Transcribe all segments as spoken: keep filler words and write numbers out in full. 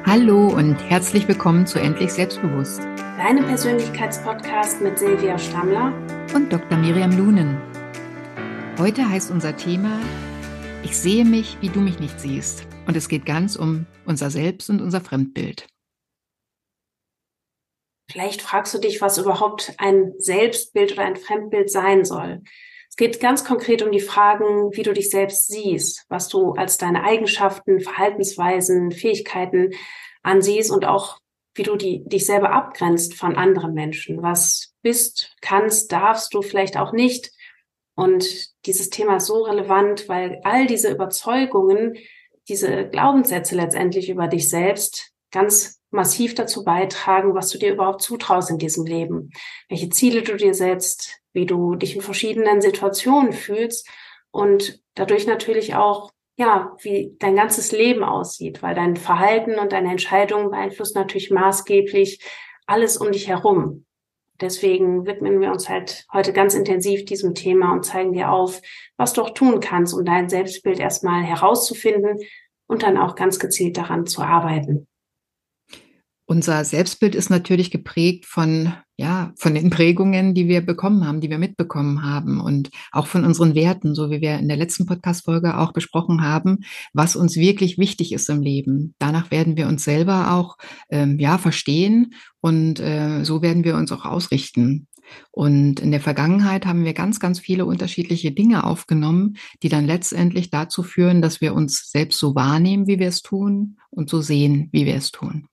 Hallo und herzlich willkommen zu Endlich Selbstbewusst Deinem Persönlichkeitspodcast mit Silvia Stammler und Doktor Miriam Lunen. Heute heißt unser Thema Ich sehe mich, wie du mich nicht siehst. Und es geht ganz um unser Selbst und unser Fremdbild. Vielleicht fragst du dich, was überhaupt ein Selbstbild oder ein Fremdbild sein soll. Es geht ganz konkret um die Fragen, wie du dich selbst siehst, was du als deine Eigenschaften, Verhaltensweisen, Fähigkeiten ansiehst und auch, wie du die, dich selber abgrenzt von anderen Menschen. Was bist, kannst, darfst du vielleicht auch nicht. Und dieses Thema ist so relevant, weil all diese Überzeugungen, diese Glaubenssätze letztendlich über dich selbst ganz massiv dazu beitragen, was du dir überhaupt zutraust in diesem Leben, welche Ziele du dir setzt, wie du dich in verschiedenen Situationen fühlst und dadurch natürlich auch, ja, wie dein ganzes Leben aussieht, weil dein Verhalten und deine Entscheidungen beeinflussen natürlich maßgeblich alles um dich herum. Deswegen widmen wir uns halt heute ganz intensiv diesem Thema und zeigen dir auf, was du auch tun kannst, um dein Selbstbild erstmal herauszufinden und dann auch ganz gezielt daran zu arbeiten. Unser Selbstbild ist natürlich geprägt von, ja, von den Prägungen, die wir bekommen haben, die wir mitbekommen haben und auch von unseren Werten, so wie wir in der letzten Podcast-Folge auch besprochen haben, was uns wirklich wichtig ist im Leben. Danach werden wir uns selber auch, ähm, ja, verstehen und äh, so werden wir uns auch ausrichten. Und in der Vergangenheit haben wir ganz, ganz viele unterschiedliche Dinge aufgenommen, die dann letztendlich dazu führen, dass wir uns selbst so wahrnehmen, wie wir es tun und so sehen, wie wir es tun.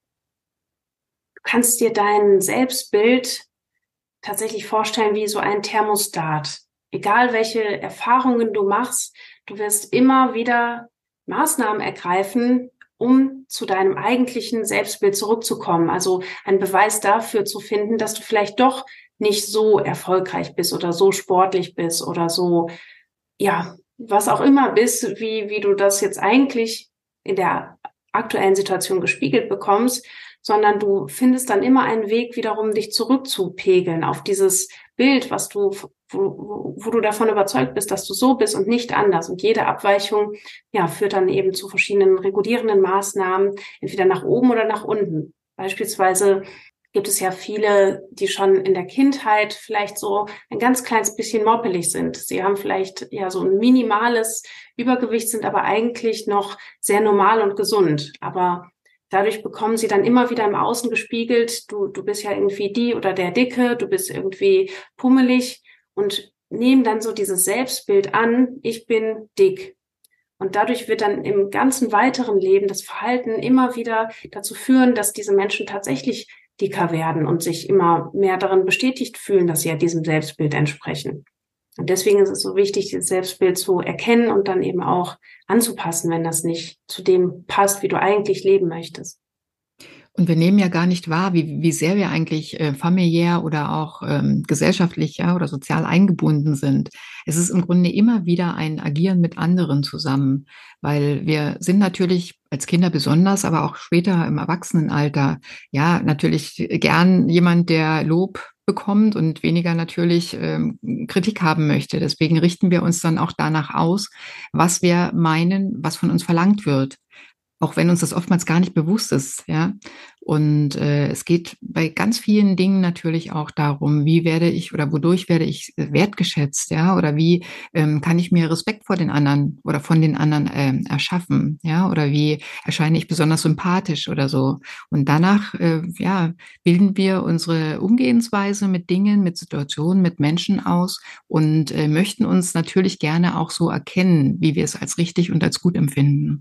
Du kannst dir dein Selbstbild tatsächlich vorstellen wie so ein Thermostat. Egal welche Erfahrungen du machst, du wirst immer wieder Maßnahmen ergreifen, um zu deinem eigentlichen Selbstbild zurückzukommen. Also einen Beweis dafür zu finden, dass du vielleicht doch nicht so erfolgreich bist oder so sportlich bist oder so, ja, was auch immer bist, wie, wie du das jetzt eigentlich in der aktuellen Situation gespiegelt bekommst, sondern du findest dann immer einen Weg, wiederum dich zurückzupegeln auf dieses Bild, was du, wo, wo du davon überzeugt bist, dass du so bist und nicht anders. Und jede Abweichung, ja, führt dann eben zu verschiedenen regulierenden Maßnahmen, entweder nach oben oder nach unten. Beispielsweise gibt es ja viele, die schon in der Kindheit vielleicht so ein ganz kleines bisschen moppelig sind. Sie haben vielleicht ja so ein minimales Übergewicht, sind aber eigentlich noch sehr normal und gesund. Aber dadurch bekommen sie dann immer wieder im Außen gespiegelt, du, du bist ja irgendwie die oder der Dicke, du bist irgendwie pummelig und nehmen dann so dieses Selbstbild an, ich bin dick. Und dadurch wird dann im ganzen weiteren Leben das Verhalten immer wieder dazu führen, dass diese Menschen tatsächlich dicker werden und sich immer mehr darin bestätigt fühlen, dass sie ja diesem Selbstbild entsprechen. Und deswegen ist es so wichtig, dieses Selbstbild zu erkennen und dann eben auch anzupassen, wenn das nicht zu dem passt, wie du eigentlich leben möchtest. Und wir nehmen ja gar nicht wahr, wie, wie sehr wir eigentlich äh, familiär oder auch ähm, gesellschaftlich ja, oder sozial eingebunden sind. Es ist im Grunde immer wieder ein Agieren mit anderen zusammen, weil wir sind natürlich als Kinder besonders, aber auch später im Erwachsenenalter, ja, natürlich gern jemand, der Lob bekommt und weniger natürlich ähm, Kritik haben möchte. Deswegen richten wir uns dann auch danach aus, was wir meinen, was von uns verlangt wird. Auch wenn uns das oftmals gar nicht bewusst ist, ja. Und äh, es geht bei ganz vielen Dingen natürlich auch darum, wie werde ich oder wodurch werde ich wertgeschätzt, ja, oder wie ähm, kann ich mir Respekt vor den anderen oder von den anderen ähm, erschaffen, ja, oder wie erscheine ich besonders sympathisch oder so. Und danach, äh, ja, bilden wir unsere Umgehensweise mit Dingen, mit Situationen, mit Menschen aus und äh, möchten uns natürlich gerne auch so erkennen, wie wir es als richtig und als gut empfinden.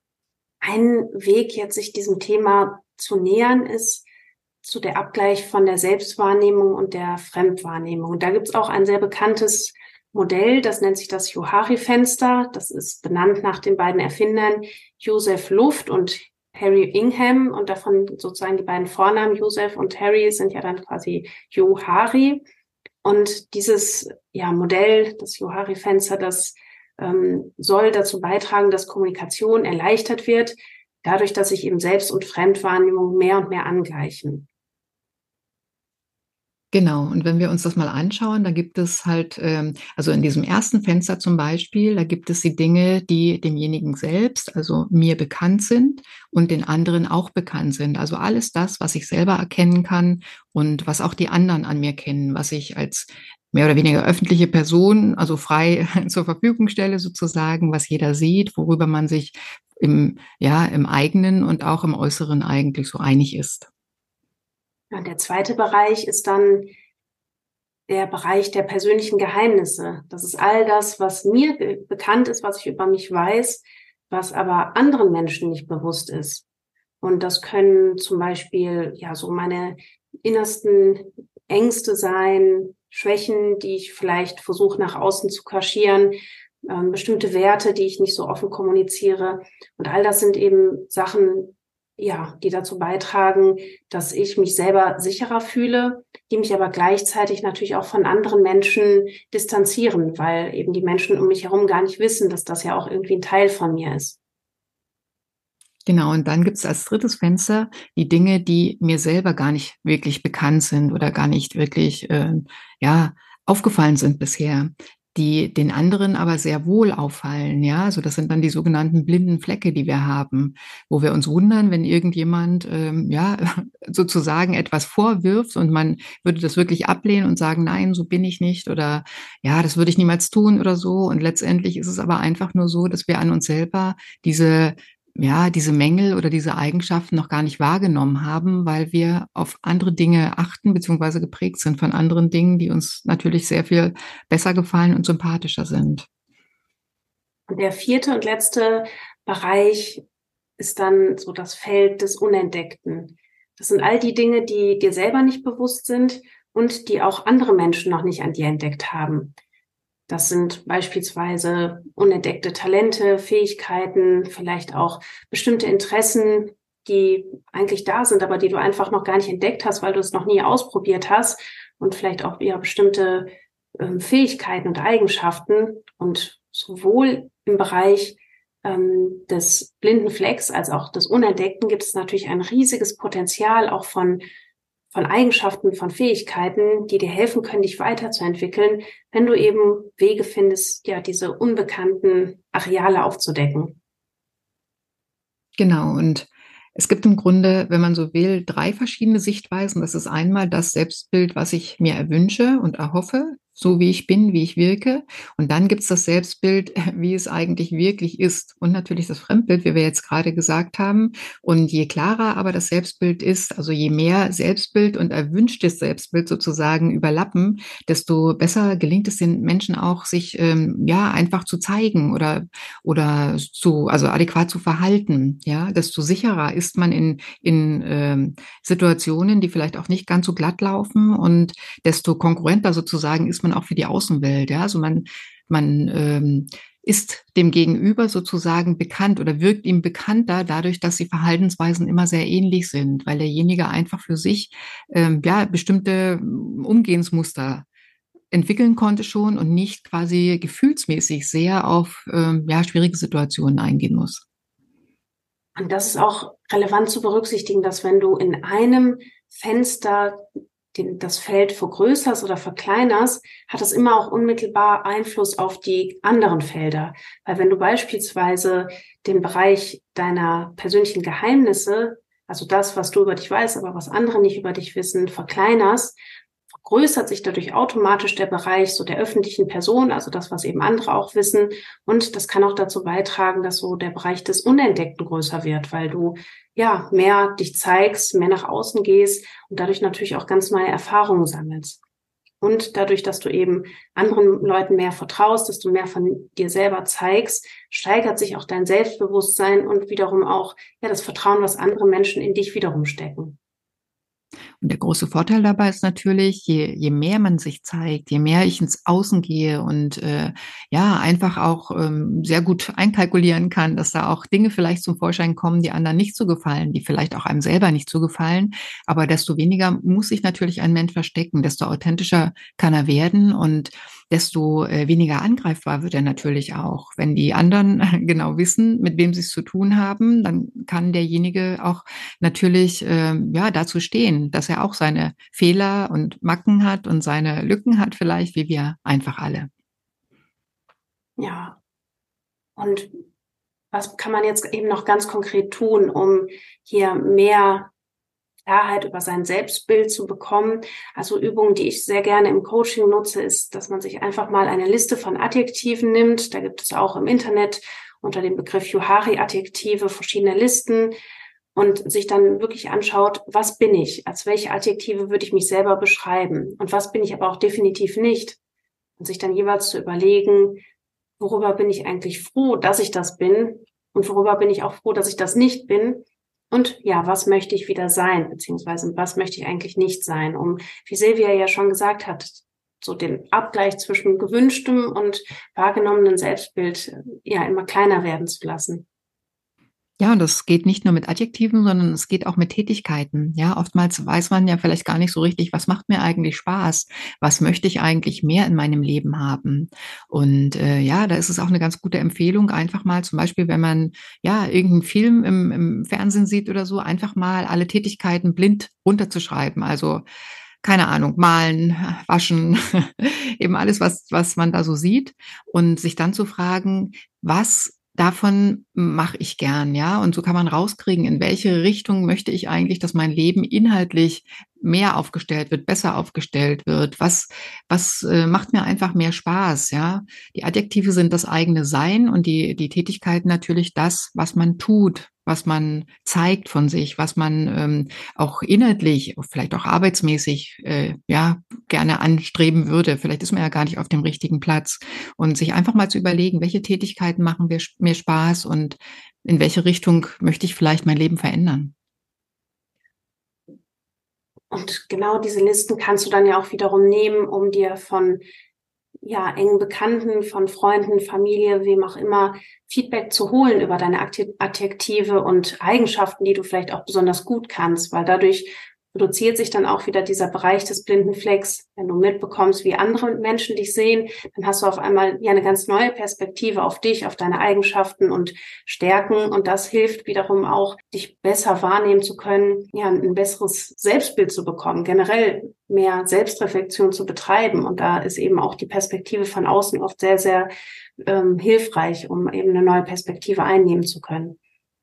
Ein Weg, jetzt sich diesem Thema zu nähern, ist zu der Abgleich von der Selbstwahrnehmung und der Fremdwahrnehmung. Und da gibt es auch ein sehr bekanntes Modell, das nennt sich das Johari-Fenster. Das ist benannt nach den beiden Erfindern Joseph Luft und Harry Ingham. Und davon sozusagen die beiden Vornamen Joseph und Harry sind ja dann quasi Johari. Und dieses ja, Modell, das Johari-Fenster, das ähm, soll dazu beitragen, dass Kommunikation erleichtert wird, dadurch, dass sich eben Selbst- und Fremdwahrnehmung mehr und mehr angleichen. Genau, und wenn wir uns das mal anschauen, da gibt es halt, ähm also in diesem ersten Fenster zum Beispiel, da gibt es die Dinge, die demjenigen selbst, also mir bekannt sind und den anderen auch bekannt sind. Also alles das, was ich selber erkennen kann und was auch die anderen an mir kennen, was ich als mehr oder weniger öffentliche Person, also frei zur Verfügung stelle sozusagen, was jeder sieht, worüber man sich im ja, im Eigenen und auch im Äußeren eigentlich so einig ist. Ja, der zweite Bereich ist dann der Bereich der persönlichen Geheimnisse. Das ist all das, was mir be bekannt ist, was ich über mich weiß, was aber anderen Menschen nicht bewusst ist. Und das können zum Beispiel, ja, so meine innersten Ängste sein, Schwächen, die ich vielleicht versuche nach außen zu kaschieren, ähm, bestimmte Werte, die ich nicht so offen kommuniziere. Und all das sind eben Sachen, ja, die dazu beitragen, dass ich mich selber sicherer fühle, die mich aber gleichzeitig natürlich auch von anderen Menschen distanzieren, weil eben die Menschen um mich herum gar nicht wissen, dass das ja auch irgendwie ein Teil von mir ist. Genau, und dann gibt's als drittes Fenster die Dinge, die mir selber gar nicht wirklich bekannt sind oder gar nicht wirklich, ähm, ja, aufgefallen sind bisher, die den anderen aber sehr wohl auffallen, ja? Also, das sind dann die sogenannten blinden Flecke, die wir haben, wo wir uns wundern, wenn irgendjemand, ähm, ja, sozusagen etwas vorwirft und man würde das wirklich ablehnen und sagen: „Nein, so bin ich nicht“ oder „Ja, das würde ich niemals tun“ oder so. Und letztendlich ist es aber einfach nur so, dass wir an uns selber diese ja, diese Mängel oder diese Eigenschaften noch gar nicht wahrgenommen haben, weil wir auf andere Dinge achten beziehungsweise geprägt sind von anderen Dingen, die uns natürlich sehr viel besser gefallen und sympathischer sind. Und der vierte und letzte Bereich ist dann so das Feld des Unentdeckten. Das sind all die Dinge, die dir selber nicht bewusst sind und die auch andere Menschen noch nicht an dir entdeckt haben. Das sind beispielsweise unentdeckte Talente, Fähigkeiten, vielleicht auch bestimmte Interessen, die eigentlich da sind, aber die du einfach noch gar nicht entdeckt hast, weil du es noch nie ausprobiert hast, und vielleicht auch ja bestimmte ähm, Fähigkeiten und Eigenschaften. Und sowohl im Bereich ähm, des blinden Flecks als auch des Unentdeckten gibt es natürlich ein riesiges Potenzial auch von von Eigenschaften, von Fähigkeiten, die dir helfen können, dich weiterzuentwickeln, wenn du eben Wege findest, ja, diese unbekannten Areale aufzudecken. Genau, und es gibt im Grunde, wenn man so will, drei verschiedene Sichtweisen. Das ist einmal das Selbstbild, was ich mir erwünsche und erhoffe, so wie ich bin, wie ich wirke. Und dann gibt's das Selbstbild, wie es eigentlich wirklich ist. Und natürlich das Fremdbild, wie wir jetzt gerade gesagt haben. Und je klarer aber das Selbstbild ist, also je mehr Selbstbild und erwünschtes Selbstbild sozusagen überlappen, desto besser gelingt es den Menschen auch, sich ähm, ja einfach zu zeigen oder oder zu also adäquat zu verhalten, ja? Desto sicherer ist man in in, ähm, Situationen, die vielleicht auch nicht ganz so glatt laufen und desto konkurrenter sozusagen ist man auch für die Außenwelt, ja? Also, man man, ähm, ist dem Gegenüber sozusagen bekannt oder wirkt ihm bekannter dadurch, dass die Verhaltensweisen immer sehr ähnlich sind, weil derjenige einfach für sich, ähm, ja, bestimmte Umgehensmuster entwickeln konnte schon und nicht quasi gefühlsmäßig sehr auf, ähm, ja, schwierige Situationen eingehen muss. Und das ist auch relevant zu berücksichtigen, dass wenn du in einem Fenster den, das Feld vergrößerst oder verkleinerst, hat das immer auch unmittelbar Einfluss auf die anderen Felder. Weil wenn du beispielsweise den Bereich deiner persönlichen Geheimnisse, also das, was du über dich weißt, aber was andere nicht über dich wissen, verkleinerst, vergrößert sich dadurch automatisch der Bereich so der öffentlichen Person, also das, was eben andere auch wissen. Und das kann auch dazu beitragen, dass so der Bereich des Unentdeckten größer wird, weil du ja mehr dich zeigst, mehr nach außen gehst und dadurch natürlich auch ganz neue Erfahrungen sammelst. Und dadurch, dass du eben anderen Leuten mehr vertraust, dass du mehr von dir selber zeigst, steigert sich auch dein Selbstbewusstsein und wiederum auch ja das Vertrauen, was andere Menschen in dich wiederum stecken. Und der große Vorteil dabei ist natürlich, je je mehr man sich zeigt, je mehr ich ins Außen gehe und, äh, ja, einfach auch, ähm, sehr gut einkalkulieren kann, dass da auch Dinge vielleicht zum Vorschein kommen, die anderen nicht so gefallen, die vielleicht auch einem selber nicht so gefallen. Aber desto weniger muss sich natürlich ein Mensch verstecken, desto authentischer kann er werden und desto äh, weniger angreifbar wird er natürlich auch. Wenn die anderen äh, genau wissen, mit wem sie es zu tun haben, dann kann derjenige auch natürlich äh, ja dazu stehen, dass er auch seine Fehler und Macken hat und seine Lücken hat vielleicht, wie wir einfach alle. Ja, und was kann man jetzt eben noch ganz konkret tun, um hier mehr Klarheit über sein Selbstbild zu bekommen? Also Übungen, die ich sehr gerne im Coaching nutze, ist, dass man sich einfach mal eine Liste von Adjektiven nimmt. Da gibt es auch im Internet unter dem Begriff Johari-Adjektive verschiedene Listen und sich dann wirklich anschaut, was bin ich? Als welche Adjektive würde ich mich selber beschreiben? Und was bin ich aber auch definitiv nicht? Und sich dann jeweils zu überlegen, worüber bin ich eigentlich froh, dass ich das bin? Und worüber bin ich auch froh, dass ich das nicht bin? Und ja, was möchte ich wieder sein, beziehungsweise was möchte ich eigentlich nicht sein, um, wie Silvia ja schon gesagt hat, so den Abgleich zwischen gewünschtem und wahrgenommenem Selbstbild ja immer kleiner werden zu lassen. Ja, und das geht nicht nur mit Adjektiven, sondern es geht auch mit Tätigkeiten. Ja, oftmals weiß man ja vielleicht gar nicht so richtig, was macht mir eigentlich Spaß? Was möchte ich eigentlich mehr in meinem Leben haben? Und äh, ja, da ist es auch eine ganz gute Empfehlung, einfach mal zum Beispiel, wenn man ja irgendeinen Film im, im Fernsehen sieht oder so, einfach mal alle Tätigkeiten blind runterzuschreiben. Also keine Ahnung, malen, waschen, eben alles, was, was man da so sieht und sich dann zu fragen, was davon mache ich gern, ja? Und so kann man rauskriegen, in welche Richtung möchte ich eigentlich, dass mein Leben inhaltlich mehr aufgestellt wird, besser aufgestellt wird? Was, was äh, macht mir einfach mehr Spaß, ja? Die Adjektive sind das eigene Sein und die, die Tätigkeiten natürlich das, was man tut, was man zeigt von sich, was man ähm, auch inhaltlich, vielleicht auch arbeitsmäßig, äh, ja, gerne anstreben würde. Vielleicht ist man ja gar nicht auf dem richtigen Platz. Und sich einfach mal zu überlegen, welche Tätigkeiten machen mir, mir Spaß und in welche Richtung möchte ich vielleicht mein Leben verändern. Und genau diese Listen kannst du dann ja auch wiederum nehmen, um dir von ja, engen Bekannten, von Freunden, Familie, wem auch immer, Feedback zu holen über deine Adjektive und Eigenschaften, die du vielleicht auch besonders gut kannst, weil dadurch reduziert sich dann auch wieder dieser Bereich des blinden Flecks. Wenn du mitbekommst, wie andere Menschen dich sehen, dann hast du auf einmal ja eine ganz neue Perspektive auf dich, auf deine Eigenschaften und Stärken. Und das hilft wiederum auch, dich besser wahrnehmen zu können, ja, ein besseres Selbstbild zu bekommen, generell mehr Selbstreflexion zu betreiben. Und da ist eben auch die Perspektive von außen oft sehr, sehr ähm, hilfreich, um eben eine neue Perspektive einnehmen zu können.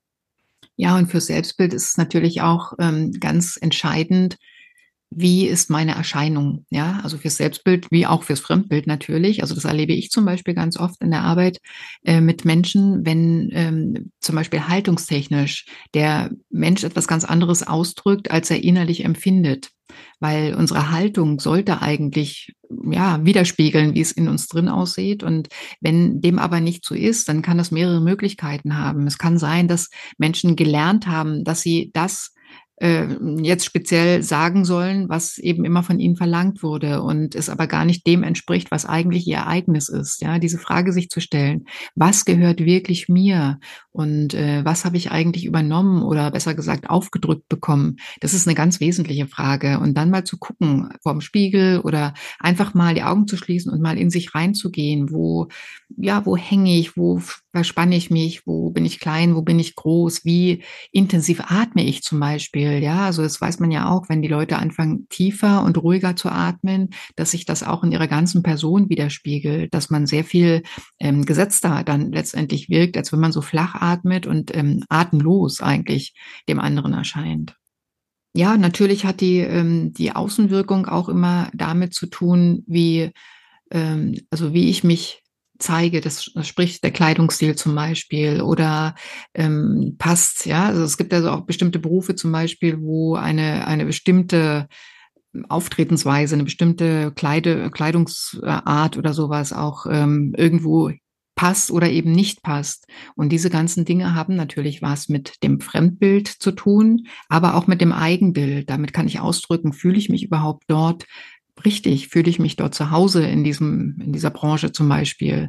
Ja, und fürs Selbstbild ist es natürlich auch ähm, ganz entscheidend, wie ist meine Erscheinung? Ja, also fürs Selbstbild wie auch fürs Fremdbild natürlich. Also das erlebe ich zum Beispiel ganz oft in der Arbeit äh, mit Menschen, wenn ähm, zum Beispiel haltungstechnisch der Mensch etwas ganz anderes ausdrückt, als er innerlich empfindet. Weil unsere Haltung sollte eigentlich ja widerspiegeln, wie es in uns drin aussieht. Und wenn dem aber nicht so ist, dann kann das mehrere Möglichkeiten haben. Es kann sein, dass Menschen gelernt haben, dass sie das äh, jetzt speziell sagen sollen, was eben immer von ihnen verlangt wurde und es aber gar nicht dem entspricht, was eigentlich ihr Ereignis ist. Ja, diese Frage sich zu stellen: Was gehört wirklich mir und äh, was habe ich eigentlich übernommen oder besser gesagt aufgedrückt bekommen? Das ist eine ganz wesentliche Frage. Und dann mal zu gucken vorm Spiegel oder einfach mal die Augen zu schließen und mal in sich reinzugehen. Wo, ja, wo hänge ich? Wo verspanne ich mich? Wo bin ich klein? Wo bin ich groß? Wie intensiv atme ich zum Beispiel? Ja, also das weiß man ja auch, wenn die Leute anfangen, tiefer und ruhiger zu atmen, dass sich das auch in ihrer ganzen Person widerspiegelt, dass man sehr viel ähm, gesetzter dann letztendlich wirkt, als wenn man so flach atmet und ähm, atemlos eigentlich dem anderen erscheint. Ja, natürlich hat die, ähm, die Außenwirkung auch immer damit zu tun, wie, ähm, also wie ich mich zeige, das, das spricht der Kleidungsstil zum Beispiel oder ähm, passt, ja. Also es gibt also auch bestimmte Berufe zum Beispiel, wo eine, eine bestimmte Auftretensweise, eine bestimmte Kleide, Kleidungsart oder sowas auch ähm, irgendwo passt oder eben nicht passt. Und diese ganzen Dinge haben natürlich was mit dem Fremdbild zu tun, aber auch mit dem Eigenbild. Damit kann ich ausdrücken, fühle ich mich überhaupt dort richtig? Fühle ich mich dort zu Hause in diesem, in dieser Branche zum Beispiel?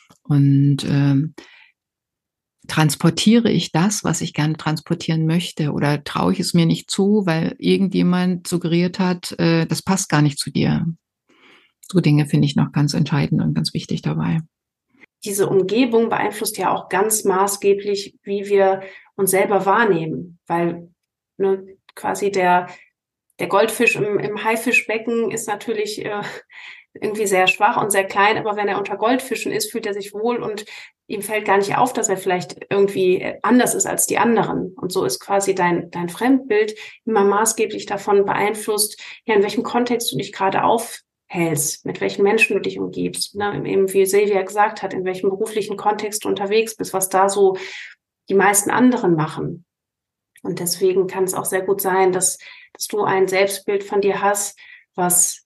Und ähm, transportiere ich das, was ich gerne transportieren möchte? Oder traue ich es mir nicht zu, weil irgendjemand suggeriert hat, äh, das passt gar nicht zu dir? So Dinge finde ich noch ganz entscheidend und ganz wichtig dabei. Diese Umgebung beeinflusst ja auch ganz maßgeblich, wie wir uns selber wahrnehmen, weil ne, quasi der, der Goldfisch im, im Haifischbecken ist natürlich äh, irgendwie sehr schwach und sehr klein, aber wenn er unter Goldfischen ist, fühlt er sich wohl und ihm fällt gar nicht auf, dass er vielleicht irgendwie anders ist als die anderen. Und so ist quasi dein, dein Fremdbild immer maßgeblich davon beeinflusst, ja, in welchem Kontext du dich gerade aufhältst, mit welchen Menschen du dich umgibst. Ne? Eben wie Silvia gesagt hat, in welchem beruflichen Kontext du unterwegs bist, was da so die meisten anderen machen. Und deswegen kann es auch sehr gut sein, dass, dass du ein Selbstbild von dir hast, was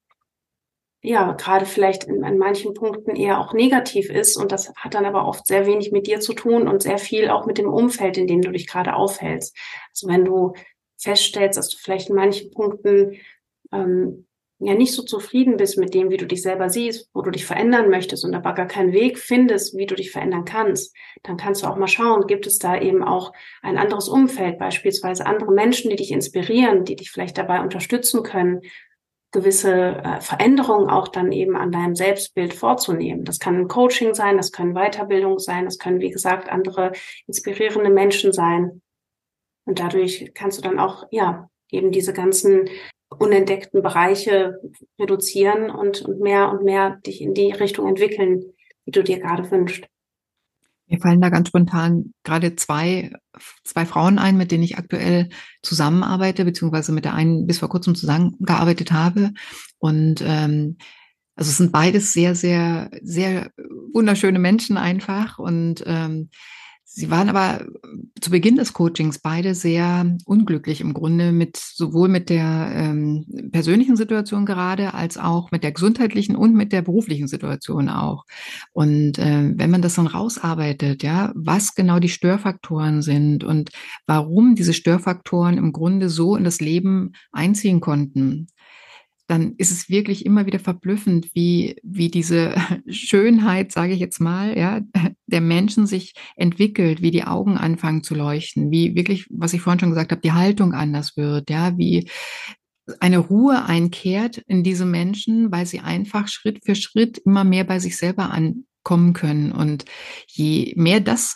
ja, gerade vielleicht in, an manchen Punkten eher auch negativ ist. Und das hat dann aber oft sehr wenig mit dir zu tun und sehr viel auch mit dem Umfeld, in dem du dich gerade aufhältst. Also wenn du feststellst, dass du vielleicht in manchen Punkten ähm, ja nicht so zufrieden bist mit dem, wie du dich selber siehst, wo du dich verändern möchtest und aber gar keinen Weg findest, wie du dich verändern kannst, dann kannst du auch mal schauen, gibt es da eben auch ein anderes Umfeld, beispielsweise andere Menschen, die dich inspirieren, die dich vielleicht dabei unterstützen können, gewisse äh, Veränderungen auch dann eben an deinem Selbstbild vorzunehmen. Das kann ein Coaching sein, das können Weiterbildung sein, das können, wie gesagt, andere inspirierende Menschen sein. Und dadurch kannst du dann auch, ja, eben diese ganzen unentdeckten Bereiche reduzieren und, und mehr und mehr dich in die Richtung entwickeln, die du dir gerade wünschst. Mir fallen da ganz spontan gerade zwei, zwei Frauen ein, mit denen ich aktuell zusammenarbeite, beziehungsweise mit der einen bis vor kurzem zusammengearbeitet habe. Und ähm, also es sind beides sehr, sehr, sehr wunderschöne Menschen einfach. Und ähm, sie waren aber zu Beginn des Coachings beide sehr unglücklich im Grunde mit sowohl mit der ähm, persönlichen Situation gerade als auch mit der gesundheitlichen und mit der beruflichen Situation auch. Und äh, wenn man das dann rausarbeitet, ja, was genau die Störfaktoren sind und warum diese Störfaktoren im Grunde so in das Leben einziehen konnten, dann ist es wirklich immer wieder verblüffend, wie, wie diese Schönheit, sage ich jetzt mal, ja, der Menschen sich entwickelt, wie die Augen anfangen zu leuchten, wie wirklich, was ich vorhin schon gesagt habe, die Haltung anders wird, ja, wie eine Ruhe einkehrt in diese Menschen, weil sie einfach Schritt für Schritt immer mehr bei sich selber ankommen können. Und je mehr das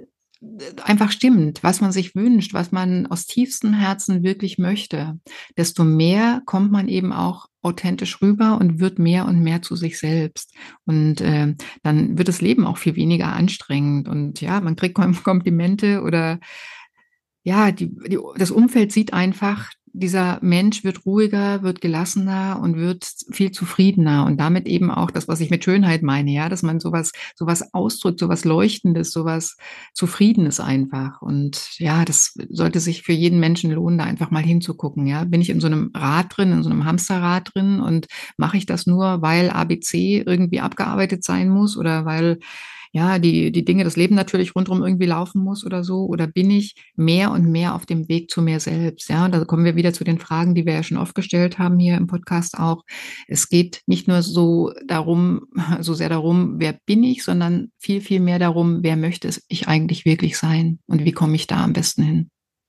einfach stimmt, was man sich wünscht, was man aus tiefstem Herzen wirklich möchte, desto mehr kommt man eben auch authentisch rüber und wird mehr und mehr zu sich selbst. Und äh, dann wird das Leben auch viel weniger anstrengend. Und ja, man kriegt Komplimente oder ja, die, die, das Umfeld sieht einfach, dieser Mensch wird ruhiger, wird gelassener und wird viel zufriedener und damit eben auch das, was ich mit Schönheit meine, ja, dass man sowas, sowas ausdrückt, sowas Leuchtendes, sowas Zufriedenes einfach. Und ja, das sollte sich für jeden Menschen lohnen, da einfach mal hinzugucken, ja. Bin ich in so einem Rad drin, in so einem Hamsterrad drin und mache ich das nur, weil A B C irgendwie abgearbeitet sein muss oder weil ja, die, die Dinge, das Leben natürlich rundherum irgendwie laufen muss oder so? Oder bin ich mehr und mehr auf dem Weg zu mir selbst? Ja, und da kommen wir wieder zu den Fragen, die wir ja schon oft gestellt haben hier im Podcast auch. Es geht nicht nur so darum, so sehr darum, wer bin ich, sondern viel, viel mehr darum, wer möchte ich eigentlich wirklich sein? Und wie komme ich da am besten hin?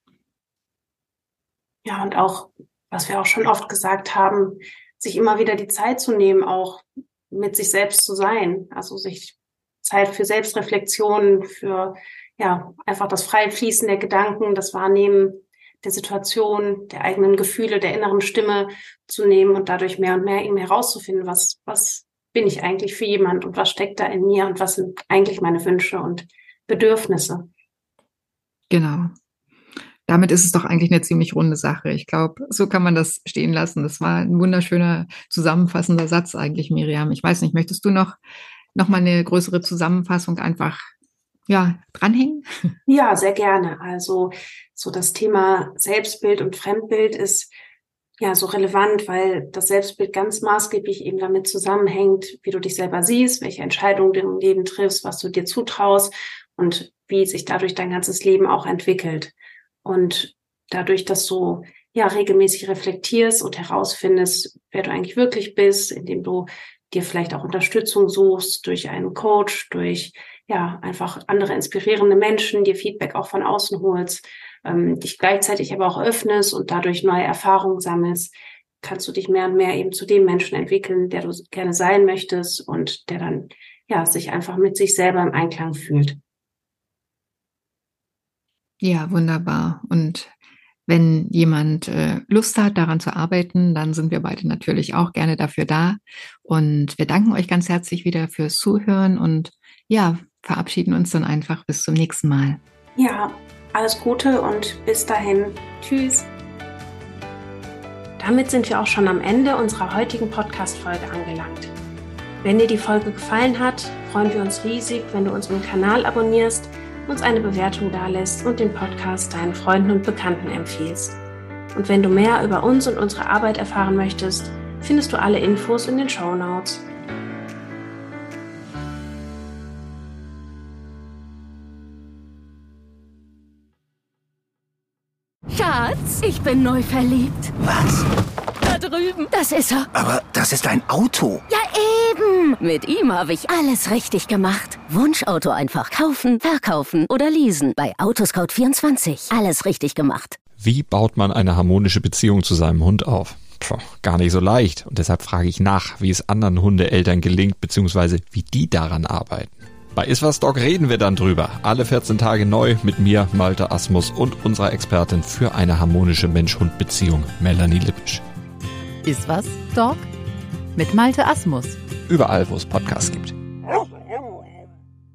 Ja, und auch, was wir auch schon oft gesagt haben, sich immer wieder die Zeit zu nehmen, auch mit sich selbst zu sein. Also sich Zeit für Selbstreflexion, für ja einfach das freie Fließen der Gedanken, das Wahrnehmen der Situation, der eigenen Gefühle, der inneren Stimme zu nehmen und dadurch mehr und mehr eben herauszufinden, was was bin ich eigentlich für jemand und was steckt da in mir und was sind eigentlich meine Wünsche und Bedürfnisse. Genau. Damit ist es doch eigentlich eine ziemlich runde Sache. Ich glaube, so kann man das stehen lassen. Das war ein wunderschöner zusammenfassender Satz eigentlich, Miriam. Ich weiß nicht, möchtest du noch noch mal eine größere Zusammenfassung einfach ja dranhängen? Ja, sehr gerne. Also so das Thema Selbstbild und Fremdbild ist ja so relevant, weil das Selbstbild ganz maßgeblich eben damit zusammenhängt, wie du dich selber siehst, welche Entscheidungen du im Leben triffst, was du dir zutraust und wie sich dadurch dein ganzes Leben auch entwickelt. Und dadurch, dass du ja regelmäßig reflektierst und herausfindest, wer du eigentlich wirklich bist, indem du dir vielleicht auch Unterstützung suchst durch einen Coach, durch ja einfach andere inspirierende Menschen, dir Feedback auch von außen holst, ähm, dich gleichzeitig aber auch öffnest und dadurch neue Erfahrungen sammelst, kannst du dich mehr und mehr eben zu dem Menschen entwickeln, der du gerne sein möchtest und der dann ja sich einfach mit sich selber im Einklang fühlt. Ja, wunderbar. Und wenn jemand äh, Lust hat, daran zu arbeiten, dann sind wir beide natürlich auch gerne dafür da. Und wir danken euch ganz herzlich wieder fürs Zuhören und ja, verabschieden uns dann einfach bis zum nächsten Mal. Ja, alles Gute und bis dahin. Tschüss. Damit sind wir auch schon am Ende unserer heutigen Podcast-Folge angelangt. Wenn dir die Folge gefallen hat, freuen wir uns riesig, wenn du unseren Kanal abonnierst, uns eine Bewertung dalässt und den Podcast deinen Freunden und Bekannten empfiehlst. Und wenn du mehr über uns und unsere Arbeit erfahren möchtest, findest du alle Infos in den Shownotes. Schatz, ich bin neu verliebt. Was? Da drüben. Das ist er. Aber das ist ein Auto. Ja, eben. Mit ihm habe ich alles richtig gemacht. Wunschauto einfach kaufen, verkaufen oder leasen. Bei Autoscout vierundzwanzig. Alles richtig gemacht. Wie baut man eine harmonische Beziehung zu seinem Hund auf? Puh, gar nicht so leicht. Und deshalb frage ich nach, wie es anderen Hundeeltern gelingt, beziehungsweise wie die daran arbeiten. Bei Iswas Dog reden wir dann drüber. Alle vierzehn Tage neu mit mir, Malte Asmus und unserer Expertin für eine harmonische Mensch-Hund-Beziehung, Melanie Lippisch. Iswas Dog mit Malte Asmus. Überall, wo es Podcasts gibt.